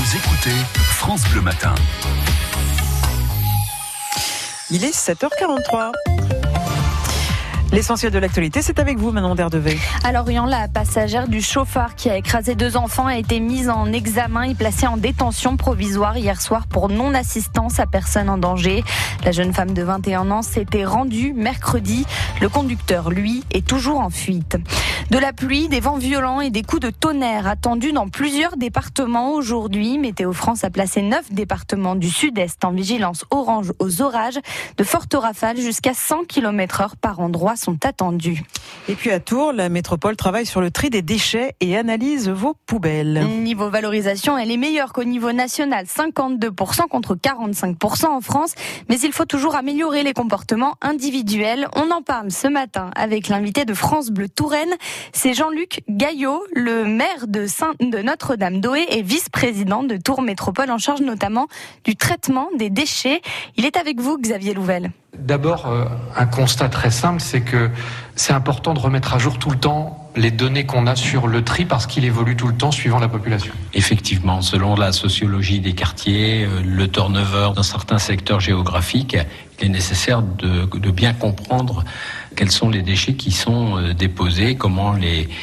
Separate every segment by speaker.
Speaker 1: Vous écoutez France Bleu Matin.
Speaker 2: Il est 7h43. L'essentiel de l'actualité, c'est avec vous, Manon Derdevet.
Speaker 3: À Lorient, la passagère du chauffard qui a écrasé 2 enfants a été mise en examen et placée en détention provisoire hier soir pour non-assistance à personne en danger. La jeune femme de 21 ans s'était rendue mercredi. Le conducteur, lui, est toujours en fuite. De la pluie, des vents violents et des coups de tonnerre attendus dans plusieurs départements aujourd'hui. Météo France a placé 9 départements du sud-est en vigilance orange aux orages. De fortes rafales jusqu'à 100 km/h par endroit sont attendus.
Speaker 2: Et puis à Tours, la métropole travaille sur le tri des déchets et analyse vos poubelles.
Speaker 3: Niveau valorisation, elle est meilleure qu'au niveau national, 52% contre 45% en France. Mais il faut toujours améliorer les comportements individuels. On en parle ce matin avec l'invité de France Bleu Touraine. C'est Jean-Luc Gaillot, le maire de Notre-Dame-d'Oé et vice-président de Tours Métropole en charge notamment du traitement des déchets. Il est avec vous, Xavier Louvel.
Speaker 4: D'abord, un constat très simple, c'est que c'est important de remettre à jour tout le temps les données qu'on a sur le tri parce qu'il évolue tout le temps suivant la population.
Speaker 5: Effectivement, selon la sociologie des quartiers, le turnover dans certains secteurs géographiques, il est nécessaire de bien comprendre quels sont les déchets qui sont déposés, comment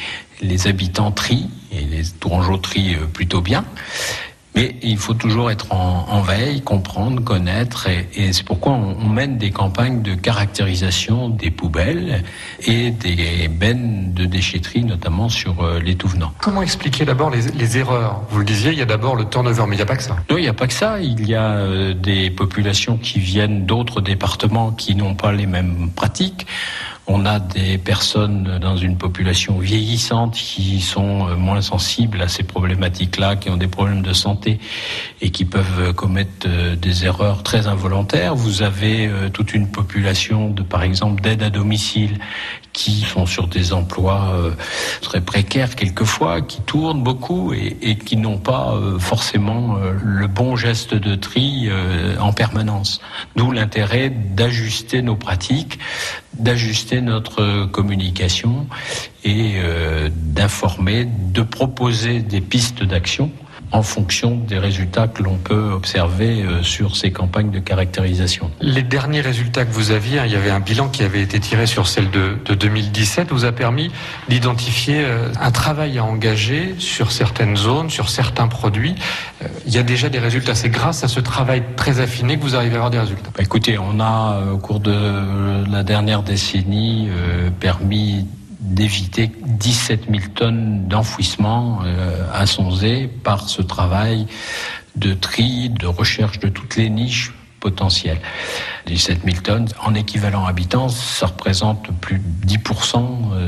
Speaker 5: les habitants trient, et les Tourangeaux trient plutôt bien. Mais il faut toujours être en veille, comprendre, connaître, et c'est pourquoi on mène des campagnes de caractérisation des poubelles et des bennes de déchetterie, notamment sur les tout venants.
Speaker 4: Comment expliquer d'abord les erreurs ? Vous le disiez, il y a d'abord le turnover, mais il n'y a pas que ça.
Speaker 5: Non, il n'y a pas que ça. Il y a des populations qui viennent d'autres départements qui n'ont pas les mêmes pratiques. On a des personnes dans une population vieillissante qui sont moins sensibles à ces problématiques-là, qui ont des problèmes de santé et qui peuvent commettre des erreurs très involontaires. Vous avez toute une population par exemple, d'aide à domicile qui sont sur des emplois très précaires quelquefois, qui tournent beaucoup et qui n'ont pas forcément le bon geste de tri en permanence. D'où l'intérêt d'ajuster nos pratiques, d'ajuster notre communication et d'informer, de proposer des pistes d'action en fonction des résultats que l'on peut observer sur ces campagnes de caractérisation.
Speaker 4: Les derniers résultats que vous aviez, il y avait un bilan qui avait été tiré sur celle de 2017, vous a permis d'identifier un travail à engager sur certaines zones, sur certains produits. Il y a déjà des résultats. C'est grâce à ce travail très affiné que vous arrivez à avoir des résultats.
Speaker 5: Écoutez, on a au cours de la dernière décennie permis d'éviter 17 000 tonnes d'enfouissement à Sonzé par ce travail de tri, de recherche de toutes les niches potentielles. 17 000 tonnes, en équivalent habitant, ça représente plus de 10%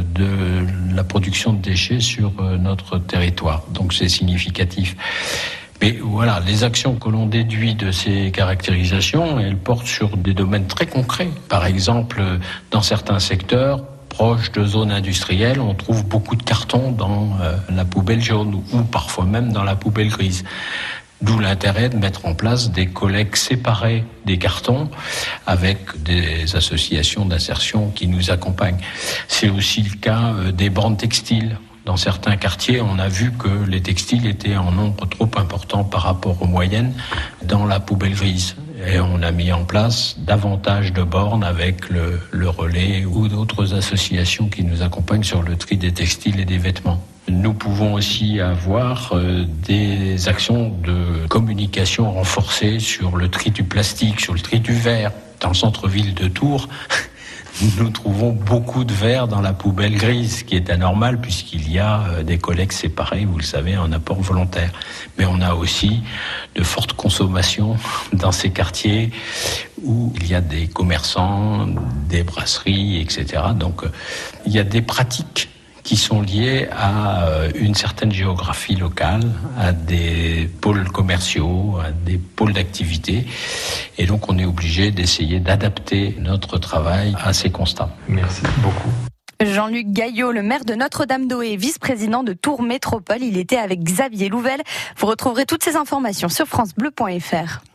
Speaker 5: de la production de déchets sur notre territoire. Donc c'est significatif. Mais voilà, les actions que l'on déduit de ces caractérisations, elles portent sur des domaines très concrets. Par exemple, dans certains secteurs, proche de zones industrielles, on trouve beaucoup de cartons dans la poubelle jaune ou parfois même dans la poubelle grise. D'où l'intérêt de mettre en place des collectes séparées des cartons avec des associations d'insertion qui nous accompagnent. C'est aussi le cas des bornes textiles. Dans certains quartiers, on a vu que les textiles étaient en nombre trop important par rapport aux moyennes dans la poubelle grise. Et on a mis en place davantage de bornes avec le relais ou d'autres associations qui nous accompagnent sur le tri des textiles et des vêtements. Nous pouvons aussi avoir des actions de communication renforcées sur le tri du plastique, sur le tri du verre. Dans le centre-ville de Tours, nous trouvons beaucoup de verre dans la poubelle grise, ce qui est anormal puisqu'il y a des collectes séparées, vous le savez, en apport volontaire. Mais on a aussi de fortes consommations dans ces quartiers où il y a des commerçants, des brasseries, etc. Donc il y a des pratiques qui sont liées à une certaine géographie locale, à des pôles commerciaux, à des pôles d'activité. Et donc on est obligé d'essayer d'adapter notre travail à ces constats.
Speaker 4: Merci beaucoup.
Speaker 3: Jean-Luc Gaillot, le maire de Notre-Dame-d'Oé, vice-président de Tours Métropole. Il était avec Xavier Louvel. Vous retrouverez toutes ces informations sur francebleu.fr.